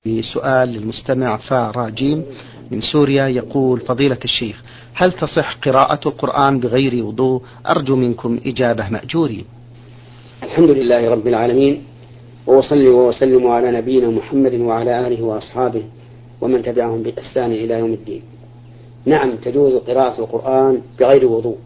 سؤال للمستمع فراجيم من سوريا يقول: فضيلة الشيخ، هل تصح قراءة القرآن بغير وضوء؟ أرجو منكم إجابة مأجورين. الحمد لله رب العالمين، وأصلي وأسلم على نبينا محمد وعلى آله وأصحابه ومن تبعهم بإحسان إلى يوم الدين. نعم، تجوز قراءة القرآن بغير وضوء،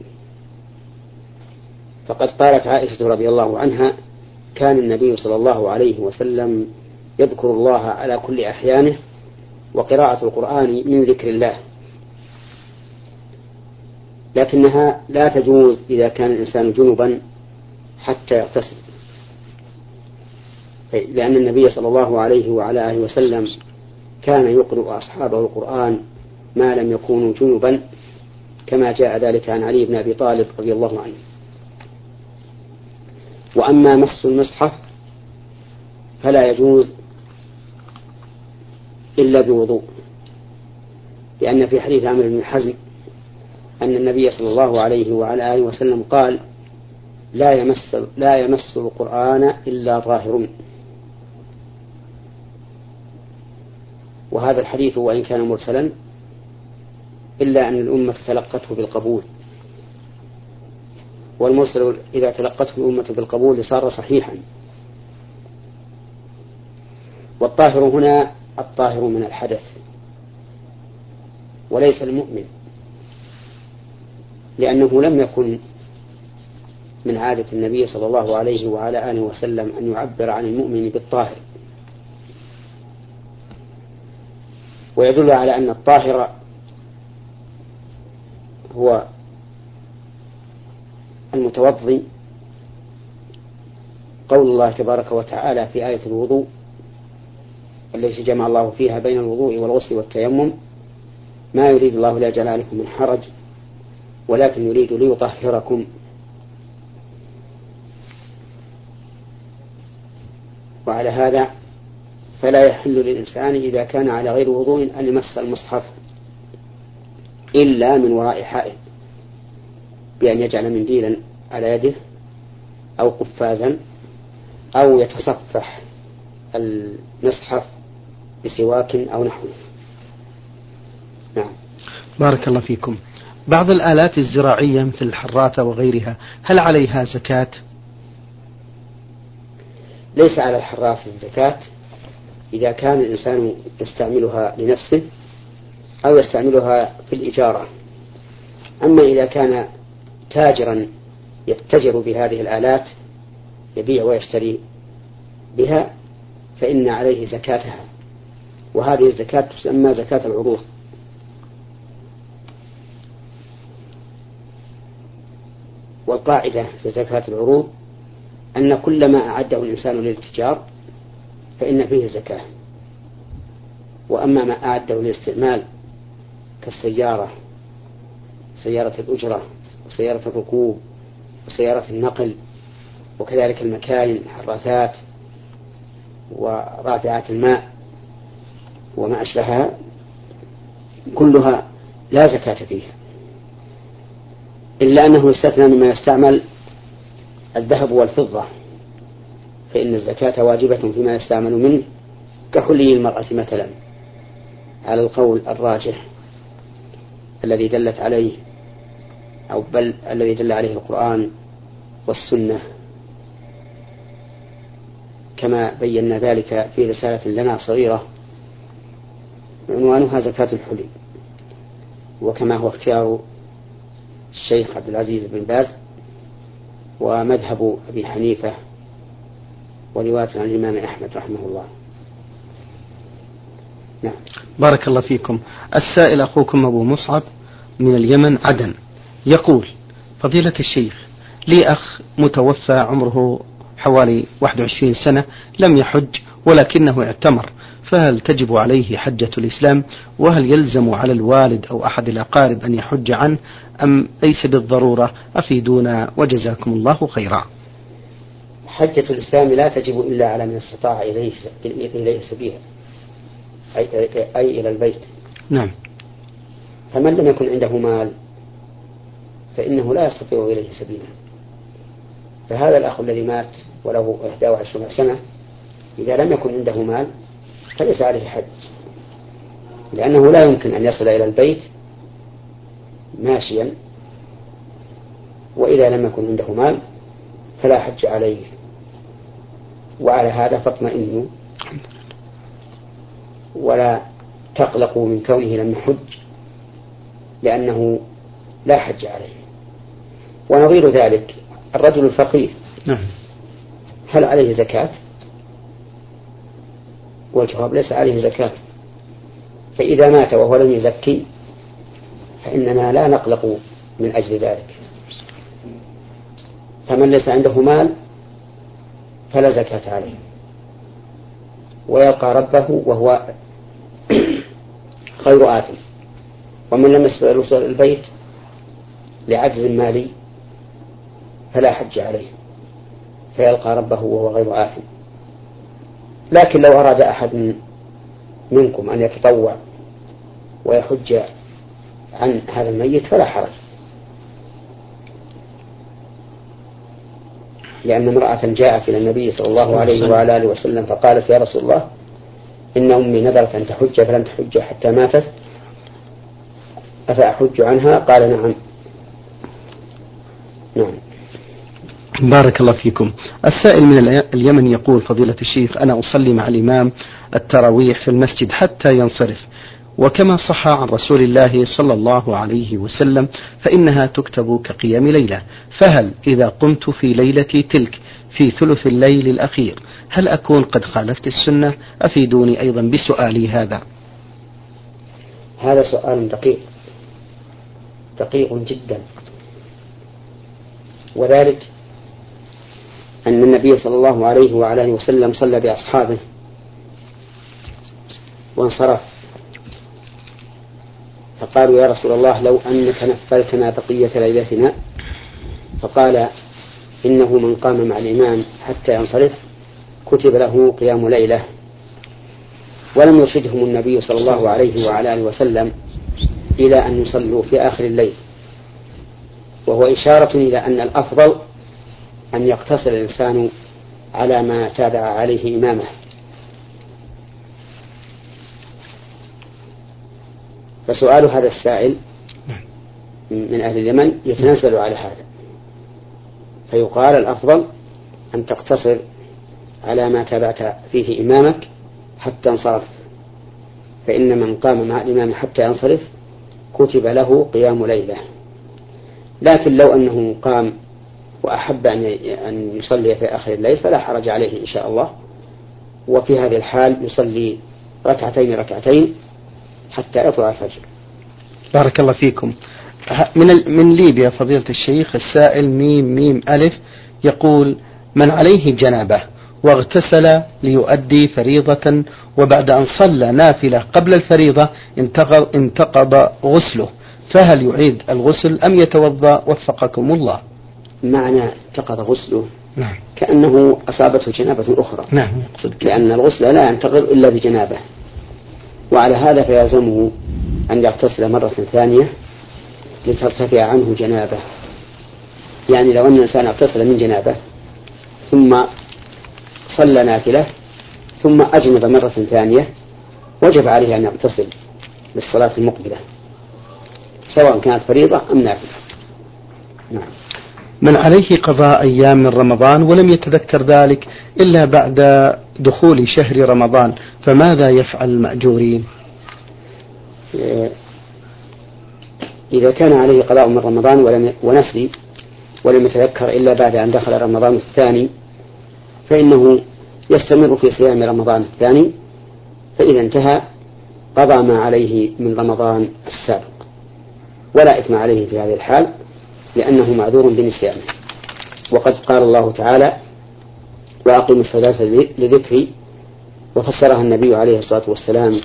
فقد قالت عائشة رضي الله عنها: كان النبي صلى الله عليه وسلم يذكر الله على كل أحيانه، وقراءة القرآن من ذكر الله، لكنها لا تجوز إذا كان الإنسان جنبا حتى يغتسل، لأن النبي صلى الله عليه وعلى آله وسلم كان يقرأ أصحابه القرآن ما لم يكونوا جنبا، كما جاء ذلك عن علي بن أبي طالب رضي الله عنه. وأما مس المصحف فلا يجوز إلا بوضوء، لأن في حديث عمرو بن حزم أن النبي صلى الله عليه وعلى آله وسلم قال: لا يمس القرآن إلا طاهر. وهذا الحديث وإن كان مرسلا إلا أن الأمة تلقته بالقبول، والمرسل إذا تلقته الأمة بالقبول صار صحيحا. والطاهر هنا الطاهر من الحدث وليس المؤمن، لأنه لم يكن من عادة النبي صلى الله عليه وعلى آله وسلم أن يعبر عن المؤمن بالطاهر. ويدل على أن الطاهر هو المتوضي قول الله تبارك وتعالى في آية الوضوء التي جمع الله فيها بين الوضوء والغسل والتيمم: ما يريد الله ليجعل عليكم من حرج ولكن يريد ليطهركم. وعلى هذا فلا يحل للإنسان إذا كان على غير وضوء أن يمس المصحف إلا من وراء حائط، بأن يجعل منديلا على يده أو قفازا أو يتصفح المصحف بسواك أو نحوه. نعم. بارك الله فيكم. بعض الآلات الزراعية مثل الحراثة وغيرها هل عليها زكاة؟ ليس على الحراثة زكاة إذا كان الإنسان يستعملها لنفسه أو يستعملها في الإجارة. أما إذا كان تاجرا يتجر بهذه الآلات يبيع ويشتري بها فإن عليه زكاتها، وهذه الزكاة تسمى زكاة العروض. والقاعدة في زكاة العروض أن كل ما أعده الإنسان للاتجار فإن فيه زكاة، وأما ما أعده للاستعمال كالسيارة، سيارة الأجرة وسيارة الركوب وسيارة النقل وكذلك المكاين الحراثات ورافعات الماء وما أشبهها كلها لا زكاة فيها، إلا أنه يستثنى مما يستعمل الذهب والفضة، فإن الزكاة واجبة فيما يستعمل منه كحلي المرأة مثلا، على القول الراجح الذي دلت عليه أو بل الذي دل عليه القرآن والسنة، كما بينا ذلك في رسالة لنا صغيرة عنوانها زكاة الحلي، وكما هو اختيار الشيخ عبد العزيز بن باز ومذهب أبي حنيفة ورواية عن الإمام أحمد رحمه الله. نعم. بارك الله فيكم. السائل أخوكم أبو مصعب من اليمن عدن يقول: فضيلة الشيخ، لي أخ متوفى عمره حوالي 21 سنة لم يحج ولكنه اعتمر، فهل تجب عليه حجة الإسلام؟ وهل يلزم على الوالد أو أحد الأقارب أن يحج عنه أم ليس بالضرورة؟ أفيدونا وجزاكم الله خيرا. حجة الإسلام لا تجب إلا على من استطاع إليه سبيلا، أي إلى البيت. نعم. فمن لم يكن عنده مال فإنه لا يستطيع إليه سبيلا. فهذا الأخ الذي مات وله 21 سنة إذا لم يكن عنده مال فليس عليه حج، لأنه لا يمكن أن يصل إلى البيت ماشيا، وإذا لم يكن عنده مال فلا حج عليه. وعلى هذا فاطمئنوا ولا تقلقوا من كونه لم يحج، لأنه لا حج عليه. ونظير ذلك الرجل الفقير هل عليه زكاة؟ والجواب ليس عليه زكاة. فإذا مات وهو لم يزكي فإننا لا نقلق من أجل ذلك. فمن ليس عنده مال فلا زكاة عليه، ويلقى ربه وهو غير آثم. ومن لم يستطع الوصول إلى البيت لعجز مالي فلا حج عليه، فيلقى ربه وهو غير آثم. لكن لو أراد أحد منكم أن يتطوع ويحج عن هذا الميت فلا حرج، لأن امرأة جاءت إلى النبي صلى الله عليه وعلى آله وسلم فقالت: يا رسول الله، إن أمي نذرت أن تحج فلم تحج حتى ماتت، أفأحج عنها؟ قال: نعم. نعم. بارك الله فيكم. السائل من اليمن يقول: فضيلة الشيخ، أنا أصلي مع الإمام التراويح في المسجد حتى ينصرف، وكما صح عن رسول الله صلى الله عليه وسلم فإنها تكتب كقيام ليلة، فهل إذا قمت في ليلتي تلك في ثلث الليل الأخير هل أكون قد خالفت السنة؟ أفيدوني أيضا بسؤالي هذا. هذا سؤال دقيق جدا، وذلك أن النبي صلى الله عليه وعلى آله وسلم صلى بأصحابه وانصرف، فقالوا: يا رسول الله، لو أنك نفلتنا بقية ليلتنا. فقال: إنه من قام مع الإمام حتى ينصرف كتب له قيام ليلة. ولم يرشدهم النبي صلى الله عليه وعلى آله وسلم إلى أن يصلوا في آخر الليل، وهو إشارة إلى أن الأفضل أن يقتصر الإنسان على ما تابع عليه إمامه. فسؤال هذا السائل من أهل اليمن يتنزل على هذا، فيقال: الأفضل أن تقتصر على ما تابعت فيه إمامك حتى انصرف، فإن من قام مع الإمام حتى ينصرف كتب له قيام ليلة. لكن لو أنه قام وأحب أن يصلي في آخر الليل فلا حرج عليه إن شاء الله، وفي هذه الحال يصلي ركعتين حتى يطلع الفجر. بارك الله فيكم. من ليبيا فضيلة الشيخ السائل ميم ألف يقول: من عليه جنابة واغتسل ليؤدي فريضة، وبعد أن صلى نافلة قبل الفريضة انتقض غسله، فهل يعيد الغسل أم يتوضأ وفقكم الله؟ معنى انتقض غسله نعم. كأنه أصابته جنابة أخرى. نعم. لأن الغسل لا ينتقض إلا بجنابة، وعلى هذا فيلزمه أن يغتسل مرة ثانية لترتفع عنه جنابه. يعني لو أن الإنسان اغتسل من جنابه ثم صلى نافلة ثم أجنب مرة ثانية وجب عليه أن يغتسل للصلاة المقبلة سواء كانت فريضة أم نافلة. نعم. من عليه قضاء أيام من رمضان ولم يتذكر ذلك إلا بعد دخول شهر رمضان، فماذا يفعل المأجورين؟ إذا كان عليه قضاء من رمضان ونسي ولم يتذكر إلا بعد أن دخل رمضان الثاني فإنه يستمر في صيام رمضان الثاني، فإذا انتهى قضى ما عليه من رمضان السابق، ولا إثم عليه في هذه الحال لأنه معذور بنسيانه. وقد قال الله تعالى: وأقم الصلاة لذكري، وفسرها النبي عليه الصلاة والسلام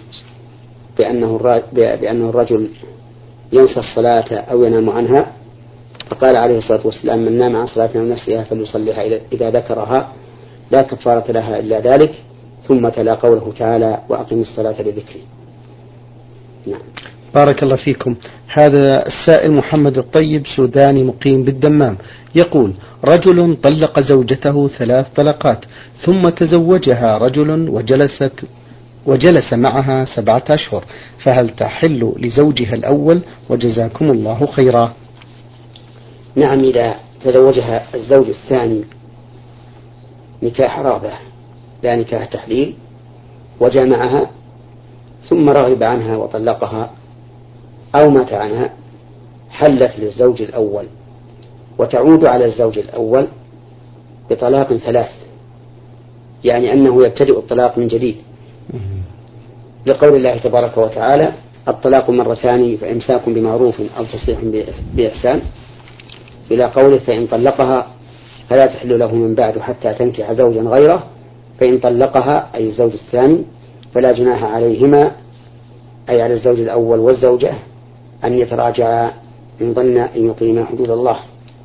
بأنه الرجل ينسى الصلاة أو ينام عنها، فقال عليه الصلاة والسلام: من نام عن صلاة أو نسيها فليصليها إذا ذكرها لا كفارة لها إلا ذلك، ثم تلا قوله تعالى: وأقم الصلاة لذكري. نعم. بارك الله فيكم. هذا السائل محمد الطيب سوداني مقيم بالدمام يقول: رجل طلق زوجته 3 طلقات ثم تزوجها رجل وجلس معها 7 أشهر، فهل تحل لزوجها الأول؟ وجزاكم الله خيرا. نعم، إذا تزوجها الزوج الثاني نكاح رغبة لا نكاح تحليل وجامعها ثم رغب عنها وطلقها أو مات عنها، حلت للزوج الأول وتعود على الزوج الأول بطلاق 3، يعني أنه يبتدئ الطلاق من جديد، لقول الله تبارك وتعالى: الطلاق 2 فإمساك بمعروف أو تسريح بإحسان، إلى قوله: فإن طلقها فلا تحل له من بعد حتى تنكح زوجا غيره، فإن طلقها أي الزوج الثاني فلا جناح عليهما أي على الزوج الأول والزوجة أن يتراجعا إن ظن أن يقيما حدود الله.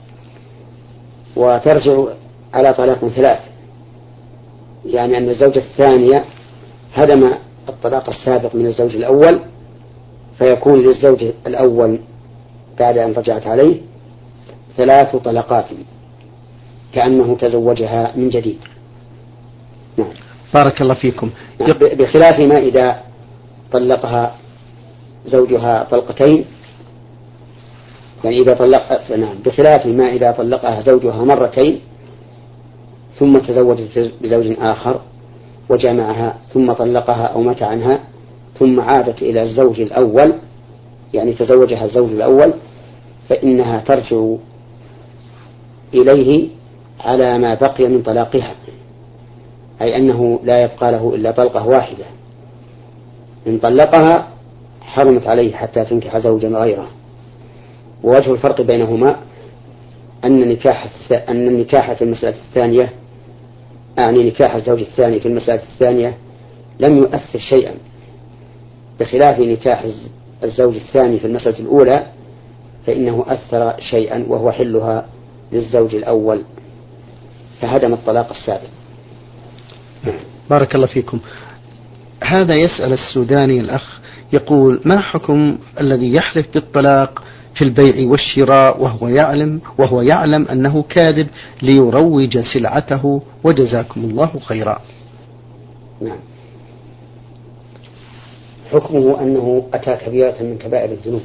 وترجع على طلاق 3، يعني أن الزوجة الثانية هدم الطلاق السابق من الزوج الأول، فيكون للزوج الأول بعد أن رجعت عليه 3 طلقات كأنه تزوجها من جديد. نعم. بارك الله فيكم. بخلاف ما إذا طلقها زوجها 2 يعني إذا طلق، نعم، بخلاف ما إذا طلقها زوجها 2 ثم تزوجت بزوج آخر وجامعها ثم طلقها أو مات عنها ثم عادت إلى الزوج الأول، يعني تزوجها الزوج الأول، فإنها ترجع إليه على ما بقي من طلاقها، أي أنه لا يبقى له إلا طلقة واحدة. إن طلقها حرمت عليه حتى تنكح زوجا غيره. ووجه الفرق بينهما أن النكاح في المسألة الثانية، أعني نكاح الزوج الثاني في المسألة الثانية، لم يؤثر شيئا، بخلاف نكاح الزوج الثاني في المسألة الأولى فإنه أثر شيئا، وهو حلها للزوج الأول فهدم الطلاق السابق. بارك الله فيكم. هذا يسأل السوداني الأخ يقول: ما حكم الذي يحلف بالطلاق في البيع والشراء وهو يعلم أنه كاذب ليروج سلعته؟ وجزاكم الله خيرا. نعم، حكمه أنه أتى كبيرة من كبائر الذنوب.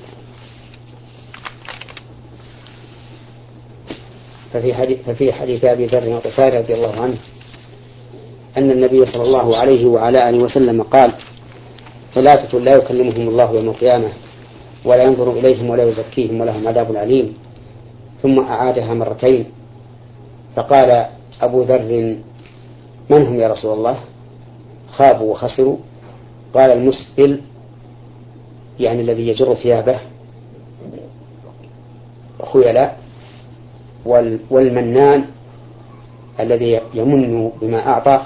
ففي حديث أبي ذر الغفاري رضي الله عنه أن النبي صلى الله عليه وعلى آله وسلم قال: 3 لا يكلمهم الله يوم القيامة ولا ينظر إليهم ولا يزكيهم ولهم عذاب أليم. ثم أعادها 2، فقال أبو ذر: من هم يا رسول الله؟ خابوا وخسروا. قال: المسبل، يعني الذي يجر ثيابه خيلاء، والمنان الذي يمن بما أعطى،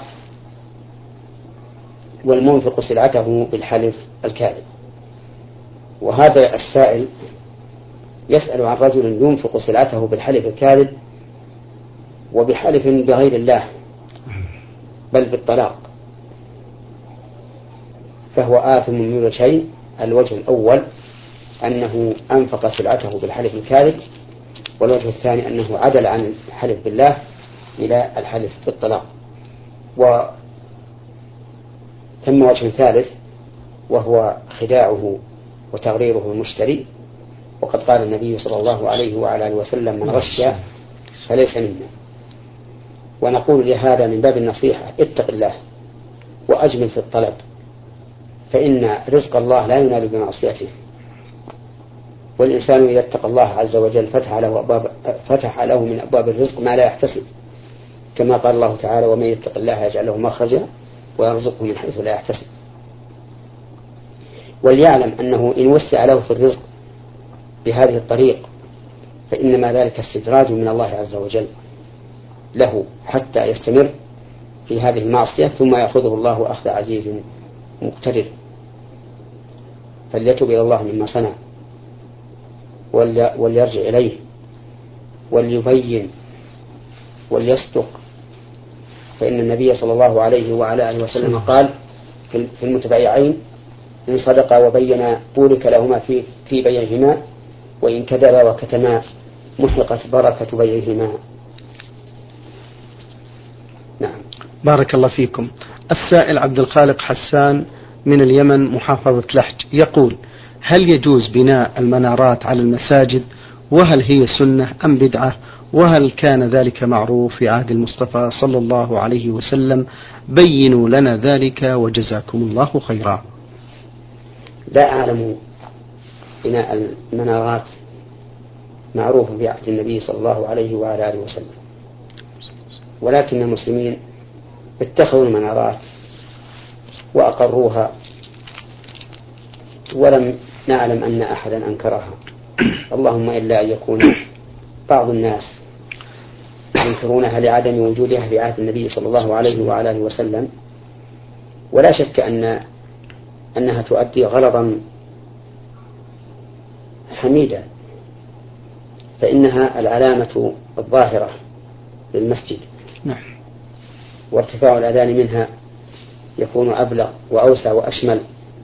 والمنفق سلعته بالحلف الكاذب. وهذا السائل يسأل عن رجل ينفق سلعته بالحلف الكاذب وبحلف بغير الله بل بالطلاق، فهو آثم من وجهين: الوجه الأول أنه أنفق سلعته بالحلف الكاذب، والوجه الثاني أنه عدل عن الحلف بالله إلى الحلف بالطلاق. ثم وجه ثالث وهو خداعه وتغريره المشتري، وقد قال النبي صلى الله عليه وعلى آله وسلم: من غش فليس منا. ونقول لهذا من باب النصيحة: اتق الله وأجمل في الطلب، فإن رزق الله لا ينال بمعصيته، والإنسان إذا اتقى الله عز وجل فتح له من أبواب الرزق ما لا يحتسب، كما قال الله تعالى: ومن يتق الله يجعل له مخرجا ويرزقه من حيث لا يحتسب. وليعلم أنه إن وسع له في الرزق بهذه الطريق فإنما ذلك استدراج من الله عز وجل له حتى يستمر في هذه المعصية ثم يأخذه الله أخذ عزيز مقتدر. فليتوب إلى الله مما صنع وليرجع إليه وليبين وليصدق، فإن النبي صلى الله عليه وعلى آله وسلم قال في المتبايعين: إن صدقا وبينا بورك لهما في بيعهما، وإن كذبا وكتما محقت بركة بيعهما. نعم. بارك الله فيكم. السائل عبد الخالق حسان من اليمن محافظة لحج يقول: هل يجوز بناء المنارات على المساجد؟ وهل هي سنة أم بدعة؟ وهل كان ذلك معروف في عهد المصطفى صلى الله عليه وسلم؟ بينوا لنا ذلك وجزاكم الله خيرا. لا أعلم بناء المنارات معروف في عهد النبي صلى الله عليه وعلى آله وسلم، ولكن المسلمين اتخذوا المنارات وأقروها، ولم نعلم أن أحدا أنكرها، اللهم إلا أن يكون بعض الناس ينكرونها لعدم وجودها في عهد النبي صلى الله عليه وعلى آله وسلم. ولا شك أنها تؤدي غرضا حميدا، فإنها العلامة الظاهرة للمسجد، وارتفاع الأذان منها يكون أبلغ وأوسع وأشمل،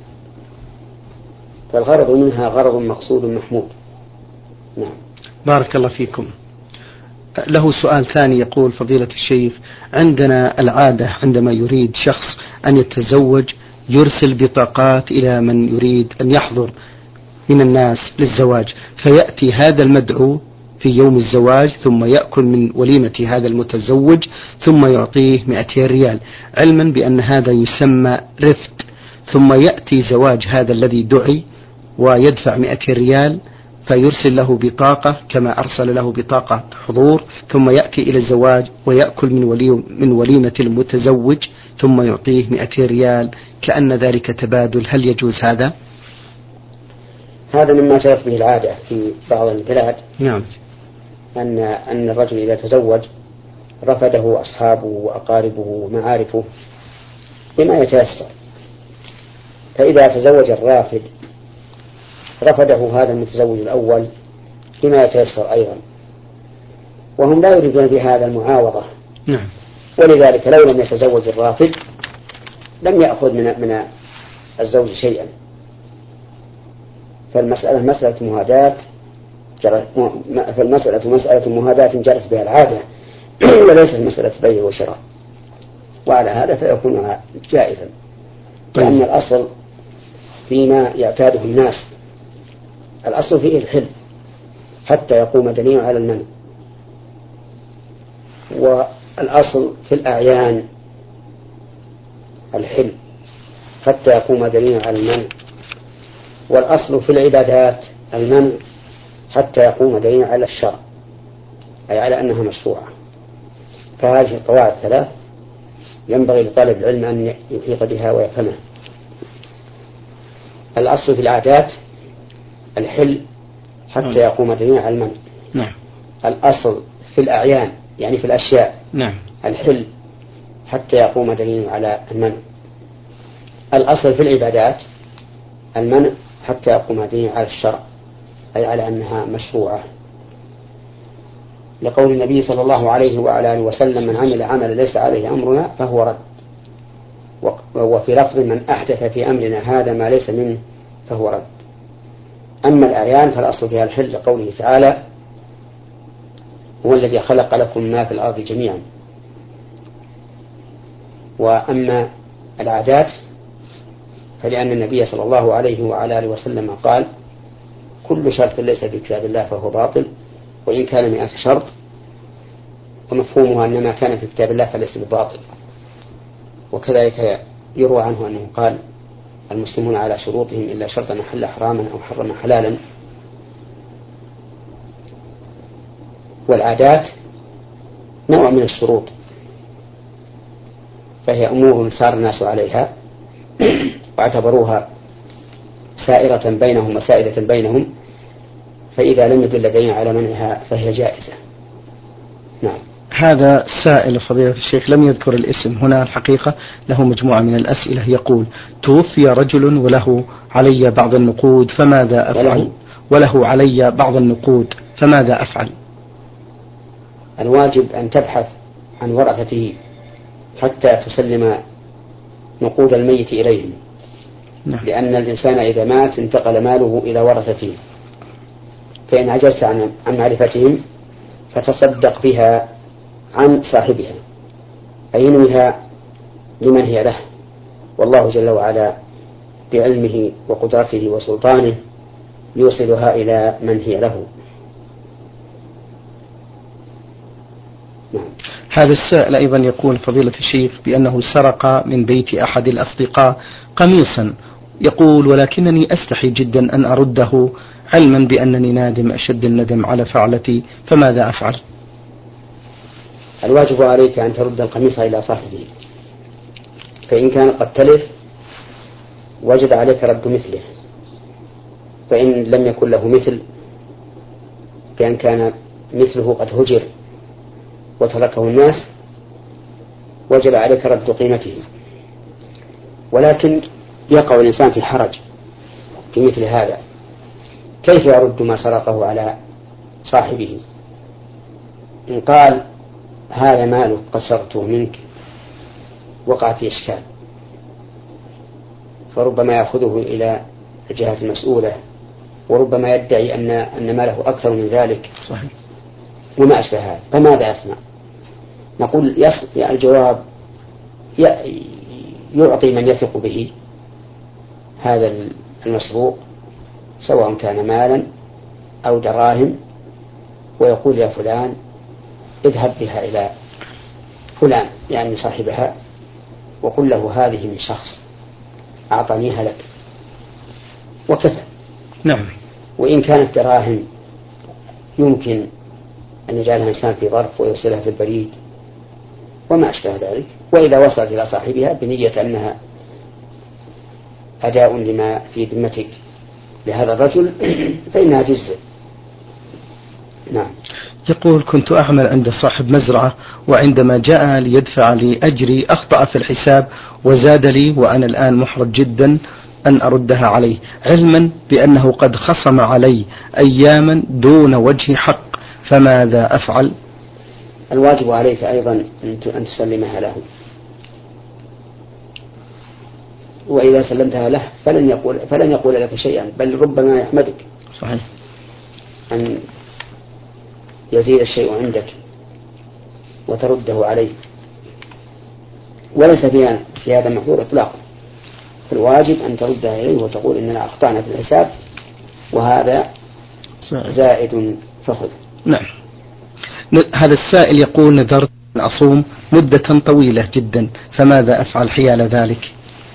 فالغرض منها غرض مقصود محمود. نعم. بارك الله فيكم. له سؤال ثاني يقول: فضيلة الشيخ، عندنا العادة عندما يريد شخص أن يتزوج يرسل بطاقات إلى من يريد أن يحضر من الناس للزواج، فيأتي هذا المدعو في يوم الزواج ثم يأكل من وليمة هذا المتزوج ثم يعطيه 200 ريال، علما بأن هذا يسمى رفد، ثم يأتي زواج هذا الذي دعي ويدفع 200 ريال فيرسل له بطاقة كما أرسل له بطاقة حضور، ثم يأتي إلى الزواج ويأكل من وليمة المتزوج ثم يعطيه 200 ريال، كأن ذلك تبادل. هل يجوز هذا؟ هذا مما جرت به العادة في بعض البلاد. نعم. أن الرجل إذا تزوج رفضه أصحابه وأقاربه ومعارفه بما يتيسر، فإذا تزوج الرافد رفضه هذا المتزوج الأول بما يتيسر أيضا، وهم لا يريدون بهذا المعاوضة. نعم. ولذلك لو لم يتزوج الرافد لم يأخذ من الزوج شيئا، فالمسألة مسألة مهاداة جرت بها العادة وليست مسألة بيع وشراء، وعلى هذا فيكون جائزا، لأن الأصل فيما يعتاده الناس الأصل فيه الحل حتى يقوم دليل على المنع، والأصل في الأعيان الحل حتى يقوم دليل على المنع، والأصل في العبادات المنع حتى يقوم دليل على الشرع، أي على أنها مشروعة. فهذه القواعد ثلاث ينبغي لطالب العلم أن يحيط بها ويفهمها. الأصل في العادات الحل حتى يقوم دليل على المنع. نعم. الأصل في الأعيان يعني في الأشياء نعم. الحل حتى يقوم دليل على المنع. الأصل في العبادات المنع حتى يقوم دليل على الشرع، أي على أنها مشروعة، لقول النبي صلى الله عليه وعلى آله وسلم: من عمل عملا ليس عليه أمرنا فهو رد. وفي لفظ: من أحدث في أمرنا هذا ما ليس منه فهو رد. أما الأعيان فالأصل فيها الحل لقوله تعالى: هو الذي خلق لكم ما في الأرض جميعا. وأما العادات فلأن النبي صلى الله عليه وعلى آله وسلم قال: كل شرط ليس في كتاب الله فهو باطل وإن كان 100 شرط، ومفهومها أن ما كان في كتاب الله فليس بباطل. وكذلك يروى عنه أنه قال: المسلمون على شروطهم إلا شرطا أحل حراما أو حرم حلالا. والعادات نوع من الشروط، فهي أمور سار الناس عليها واعتبروها سائرة بينهم وسائدة بينهم، فإذا لم يدل دليل على منعها فهي جائزة. نعم. هذا سائل فضيلة الشيخ لم يذكر الاسم هنا، الحقيقة له مجموعة من الأسئلة. يقول: توفي رجل وله علي بعض النقود فماذا أفعل؟ وله علي بعض النقود فماذا أفعل؟ الواجب أن تبحث عن ورثته حتى تسلم نقود الميت إليهم. نعم. لأن الإنسان إذا مات انتقل ماله إلى ورثته، فإن عجزت عن معرفتهم فتصدق بها عن صاحبها، أي ينويها لمن هي له، والله جل وعلا بعلمه وقدرته وسلطانه يوصلها إلى من هي له. هذا السائل أيضا يقول فضيلة الشيخ بأنه سرق من بيت أحد الأصدقاء قميصا، يقول ولكنني أستحي جدا أن أرده علما بأنني نادم أشد الندم على فعلتي، فماذا أفعل؟ الواجب عليك أن ترد القميص إلى صاحبه، فإن كان قد تلف وجب عليك رد مثله، فإن لم يكن له مثل بأن كان مثله قد هجر وتركه الناس وجب عليك رد قيمته. ولكن يقع الإنسان في حرج في مثل هذا، كيف يرد ما سرقه على صاحبه؟ إن قال هذا مالك قصرته منك وقع في إشكال، فربما يأخذه إلى الجهة المسؤولة، وربما يدعي أن ماله أكثر من ذلك. صحيح. وما أشبه هذا، فماذا يصنع؟ نقول الجواب يعطي من يثق به هذا المسروق سواء كان مالا أو دراهم، ويقول يا فلان اذهب بها إلى فلان يعني صاحبها وقل له هذه من شخص أعطانيها لك، وكفى. نعم. وإن كانت دراهم يمكن أن يجعلها إنسان في ظرف ويرسلها في البريد وما أشبه ذلك، وإذا وصلت إلى صاحبها بنية أنها أداء لما في ذمتك لهذا الرجل فإنها تجزئ. نعم. يقول كنت أعمل عند صاحب مزرعة، وعندما جاء ليدفع لي أجري أخطأ في الحساب وزاد لي، وأنا الآن محرج جدا أن أردها عليه علما بأنه قد خصم علي أياما دون وجه حق، فماذا أفعل؟ الواجب عليك أيضا أن تسلمها له، وإذا سلمتها له فلن يقول لك شيئا، بل ربما يحمدك. صحيح. أن يزيد الشيء عندك وترده عليه، وليس في هذا محظور إطلاقا، فالواجب أن تردها إليه وتقول إننا أخطأنا في الحساب وهذا زائد فخذ. نعم. هذا السائل يقول نذرت أن أصوم مدة طويلة جدا، فماذا أفعل حيال ذلك؟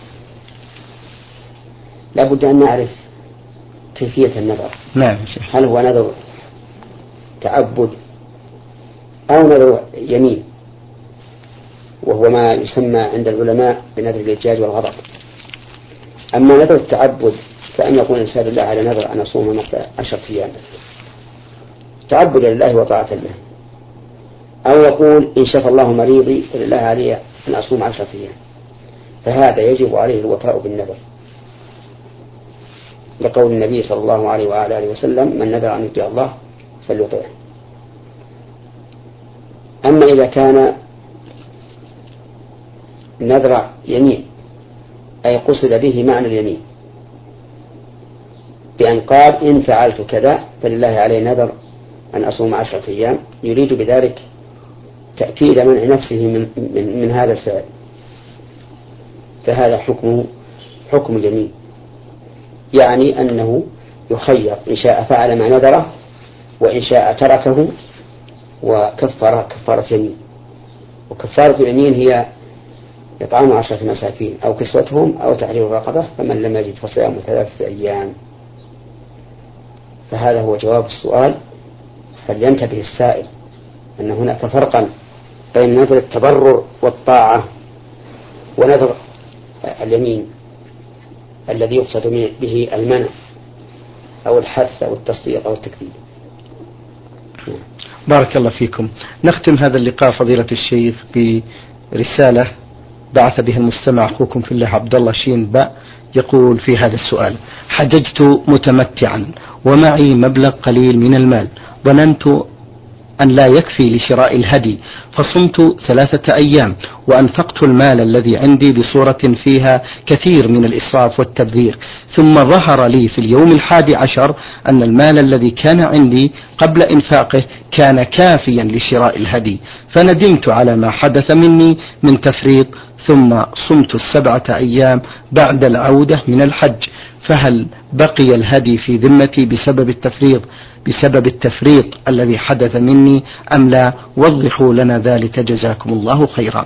لا بد أن نعرف كيفية النذر. نعم. هل هو نذر تعبد أو نذر يمين، وهو ما يسمى عند العلماء بنذر الإجاج والغضب. أما نذر التعبد فأن يقول الإنسان لله على نذر أن أصوم مثلا 10 أيام تعبدا لله وطاعة له، أو يقول إن شفى الله مريضي فلله علي أن أصوم 10 أيام، فهذا يجب عليه الوفاء بالنذر، لقول النبي صلى الله عليه وآله وسلم من نذر أن يطيع الله فليطيعه. أما إذا كان نذر يمين أي قصد به معنى اليمين بأن قال إن فعلت كذا فلله علي نذر أن أصوم 10 أيام، يريد بذلك تأكيد منع نفسه من هذا الفعل، فهذا حكم اليمين، يعني أنه يخير إن شاء فعل ما نذره وإن شاء تركه وكفر كفارة يمين. وكفارة اليمين هي إطعام 10 مساكين أو كسوتهم أو تحرير رقبة، فمن لم يجد فصيام 3 أيام. فهذا هو جواب السؤال، فلينتبه السائل أن هناك فرقا بين نذر التبرر والطاعة ونذر اليمين الذي يقصد به المنع أو الحث أو التصديق أو التكذيب. بارك الله فيكم. نختم هذا اللقاء فضيلة الشيخ برسالة بعث بها المستمع أخوكم في الله عبد الله شين باء، يقول في هذا السؤال: حججت متمتعا ومعي مبلغ قليل من المال، ظننت أن لا يكفي لشراء الهدي، فصمت 3 أيام وأنفقت المال الذي عندي بصورة فيها كثير من الإسراف والتبذير، ثم ظهر لي في اليوم 11 أن المال الذي كان عندي قبل إنفاقه كان كافيا لشراء الهدي، فندمت على ما حدث مني من تفريط، ثم صمت 7 أيام بعد العودة من الحج، فهل بقي الهدي في ذمتي بسبب التفريط الذي حدث مني أم لا؟ وضحوا لنا ذلك جزاكم الله خيرا.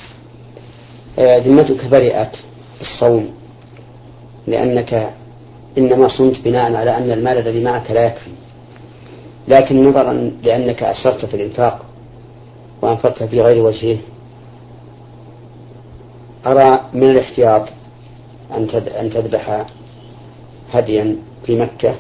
ذمتك برئت الصوم، لأنك إنما صمت بناء على أن المال الذي معك لا يكفي، لكن نظرا لأنك أسرت في الإنفاق وأنفقت في غير وجهه، أرى من الاحتياط أن تذبح هديا في مكة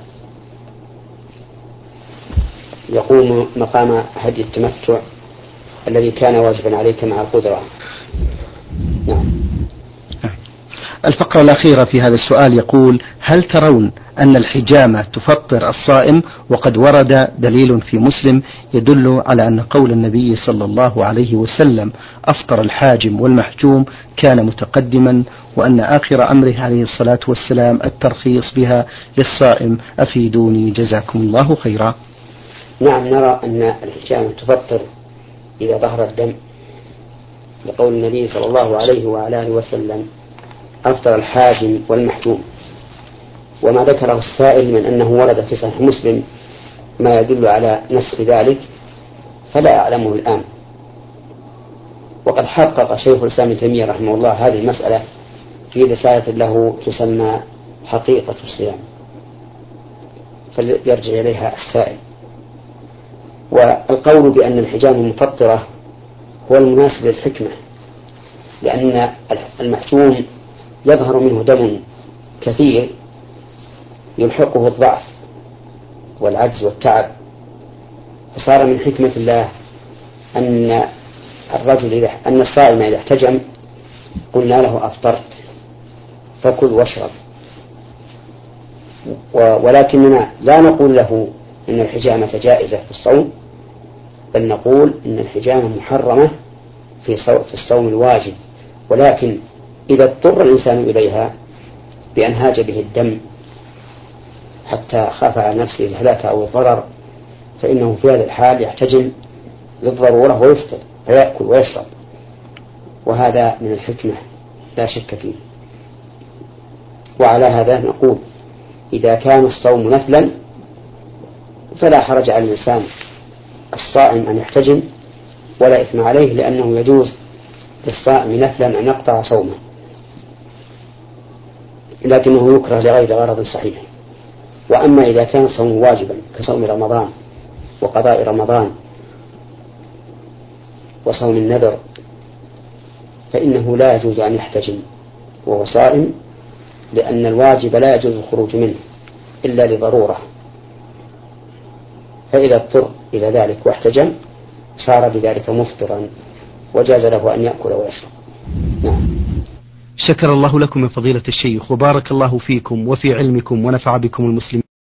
يقوم مقام هدي التمتع الذي كان واجبا عليك مع القدرة. نعم. الفقرة الأخيرة في هذا السؤال يقول: هل ترون أن الحجامة تفطر الصائم؟ وقد ورد دليل في مسلم يدل على أن قول النبي صلى الله عليه وسلم أفطر الحاجم والمحجوم كان متقدما، وأن آخر أمره عليه الصلاة والسلام الترخيص بها للصائم. أفيدوني جزاكم الله خيرا. نعم، نرى أن الحجامة تفطر إذا ظهر الدم، لقول النبي صلى الله عليه وعلى آله وسلم أفطر الحاجم والمحجوم. وما ذكره السائل من أنه ورد في صحيح مسلم ما يدل على نسخ ذلك فلا أعلمه الآن. وقد حقق شيخ الإسلام ابن تيمية رحمه الله هذه المسألة في رسالة له تسمى حقيقة الصيام، فليرجع إليها السائل. والقول بأن الحجامة مفطرة هو المناسب للحكمة، لأن المحجوم يظهر منه دم كثير يلحقه الضعف والعجز والتعب، فصار من حكمة الله أن الصائم إذا احتجم قلنا له أفطرت فكل واشرب، ولكننا لا نقول له إن الحجامة جائزة في الصوم، بل نقول إن الحجامة محرمة في الصوم الواجب، ولكن إذا اضطر الإنسان إليها بأن هاج به الدم حتى خاف على نفسه الهلاك أو الضرر فإنه في هذا الحال يحتجم للضرورة ويفطر فيأكل ويشرب، وهذا من الحكمة لا شك فيه. وعلى هذا نقول إذا كان الصوم نفلا فلا حرج على الإنسان الصائم أن يحتجم ولا إثم عليه، لأنه يجوز للصائم نفلا أن يقطع صومه، لكنه يكره لغير غرض صحيح. وأما إذا كان الصوم واجبا كصوم رمضان وقضاء رمضان وصوم النذر فإنه لا يجوز أن يحتجم وهو صائم، لأن الواجب لا يجوز الخروج منه إلا لضرورة، فإذا اضطر إلى ذلك واحتجم صار بذلك مفطرا وجاز له أن يأكل ويشرب. نعم. شكر الله لكم من فضيلة الشيخ، وبارك الله فيكم وفي علمكم ونفع بكم المسلمين.